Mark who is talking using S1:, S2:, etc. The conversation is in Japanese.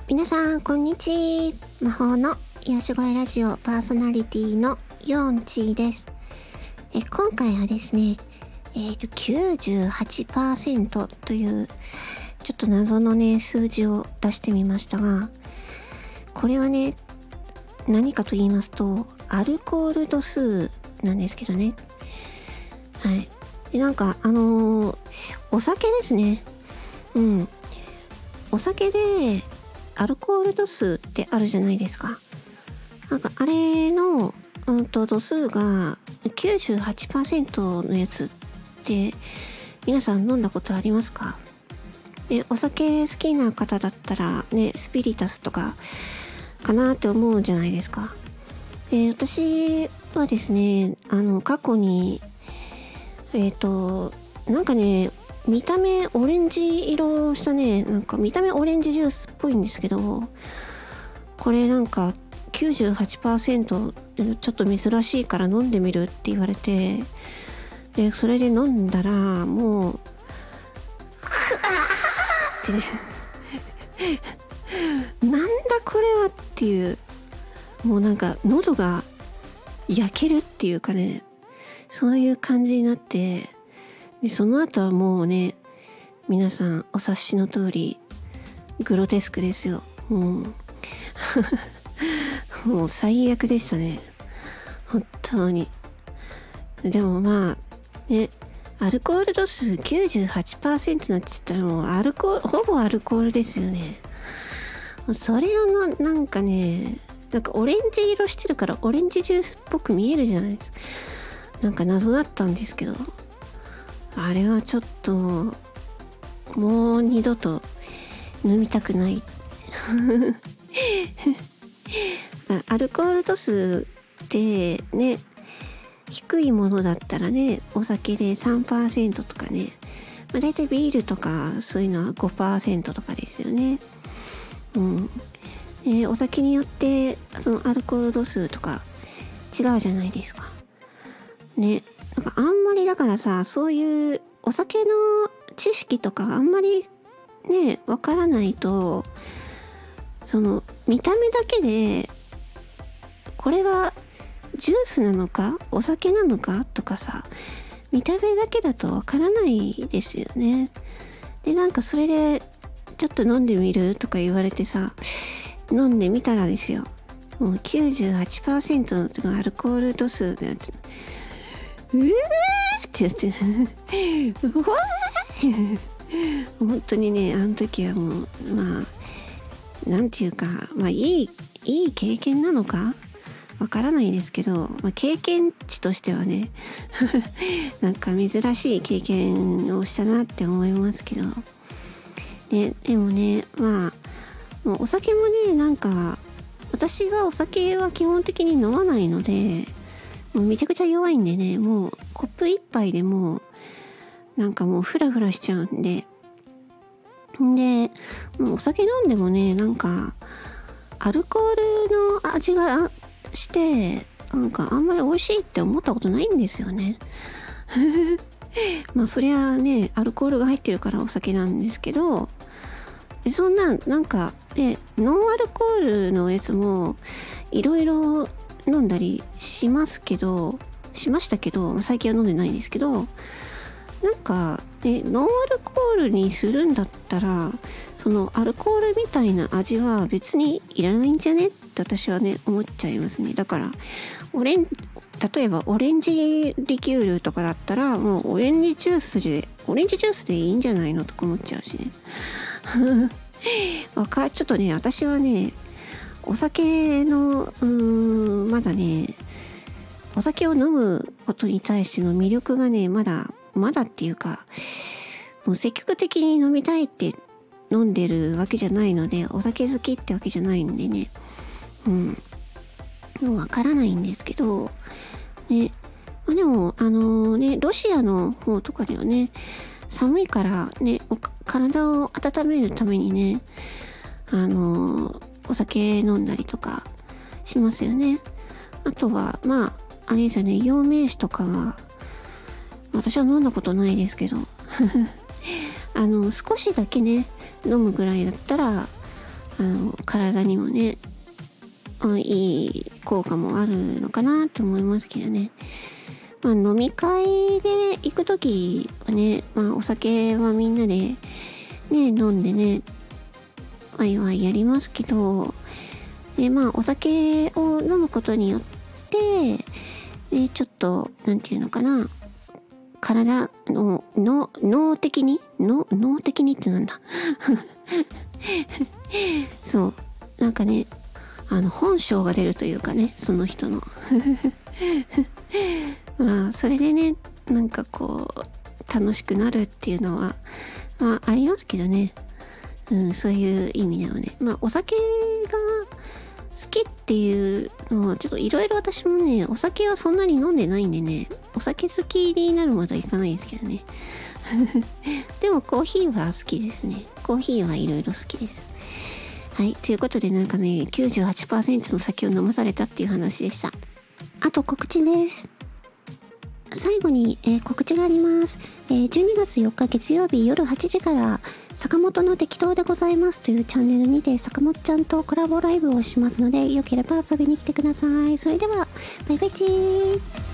S1: 皆さんこんにちは。魔法の癒し声ラジオパーソナリティのヨンチーです。今回はですね、98% というちょっと謎のね数字を出してみましたが、これはね何かと言いますとアルコール度数なんですけどね。はい。なんかお酒ですね。お酒でアルコール度数ってあるじゃないですか。なんかあれの度数が 98% のやつって皆さん飲んだことありますか？お酒好きな方だったらね、スピリタスとかかなって思うじゃないですか。私はですね、過去になんかね、見た目オレンジ色したね、なんか見た目オレンジジュースっぽいんですけど、これなんか 98% ちょっと珍しいから飲んでみるって言われて、でそれで飲んだらもうってねなんだこれはっていう、もうなんか喉が焼けるっていうかね、そういう感じになって、でその後はもうね、皆さんお察しの通りグロテスクですよ。もう最悪でしたね、本当に。でもまあね、アルコール度数 98% なんて言ったらもうほぼアルコールですよね。それをなんかね、なんかオレンジ色してるからオレンジジュースっぽく見えるじゃないですか。なんか謎だったんですけど、あれはちょっともう二度と飲みたくないアルコール度数ってね、低いものだったらね、お酒で 3% とかね、だいたいビールとかそういうのは 5% とかですよね。お酒によってそのアルコール度数とか違うじゃないですかね。なんかあんまりだからさ、そういうお酒の知識とかあんまりねわからないと、その見た目だけでこれはジュースなのかお酒なのかとかさ、見た目だけだとわからないですよね。でなんかそれでちょっと飲んでみるとか言われてさ、飲んでみたらですよ、もう 98% のアルコール度数のやつ、ってやってうわー本当にね、あの時はもうまあなんていうか、まあいい経験なのかわからないですけど、経験値としてはねなんか珍しい経験をしたなって思いますけど、でもね、まあもうお酒もね、なんか私はお酒は基本的に飲まないので、もうめちゃくちゃ弱いんでね、もうコップ一杯でもうなんかもうフラフラしちゃうんで、もうお酒飲んでもね、なんかアルコールの味がしてなんかあんまり美味しいって思ったことないんですよねまあそりゃね、アルコールが入ってるからお酒なんですけど、そんなんかね、ノンアルコールのやつもいろいろ飲んだりしましたけど、最近は飲んでないんですけど、なんかね、ノンアルコールにするんだったら、そのアルコールみたいな味は別にいらないんじゃねって私はね思っちゃいますね。だから例えばオレンジリキュールとかだったら、もうオレンジジュースでいいんじゃないのとか思っちゃうしねちょっとね、私はね、お酒のまだね、お酒を飲むことに対しての魅力がね、まだっていうか、もう積極的に飲みたいって飲んでるわけじゃないので、お酒好きってわけじゃないんでね、もうわからないんですけどね。でもロシアの方とかではね、寒いからね、体を温めるためにね、お酒飲んだりとかしますよね。あとはまああれですよね、陽明酒とかは私は飲んだことないですけど少しだけね飲むぐらいだったら体にもね、いい効果もあるのかなと思いますけどね。飲み会で行くときはね、お酒はみんなでね、飲んでね、ワイワイやりますけど、でお酒を飲むことによって、ちょっと、なんていうのかな、体の、脳的にってなんだそう、なんかね、本性が出るというかね、その人のそれでね、なんかこう楽しくなるっていうのはありますけどね。そういう意味ではね、お酒が好きっていうのはちょっといろいろ、私もね、お酒はそんなに飲んでないんでね、お酒好きになるまではいかないですけどねでもコーヒーは好きですね。コーヒーはいろいろ好きです。はい、ということでなんかね、98% の酒を飲まされたっていう話でした。あと告知です。最後に、告知があります。12月4日月曜日夜8時から坂本の適当でございますというチャンネルにて坂本ちゃんとコラボライブをしますので、よければ遊びに来てください。それではバイバイチー。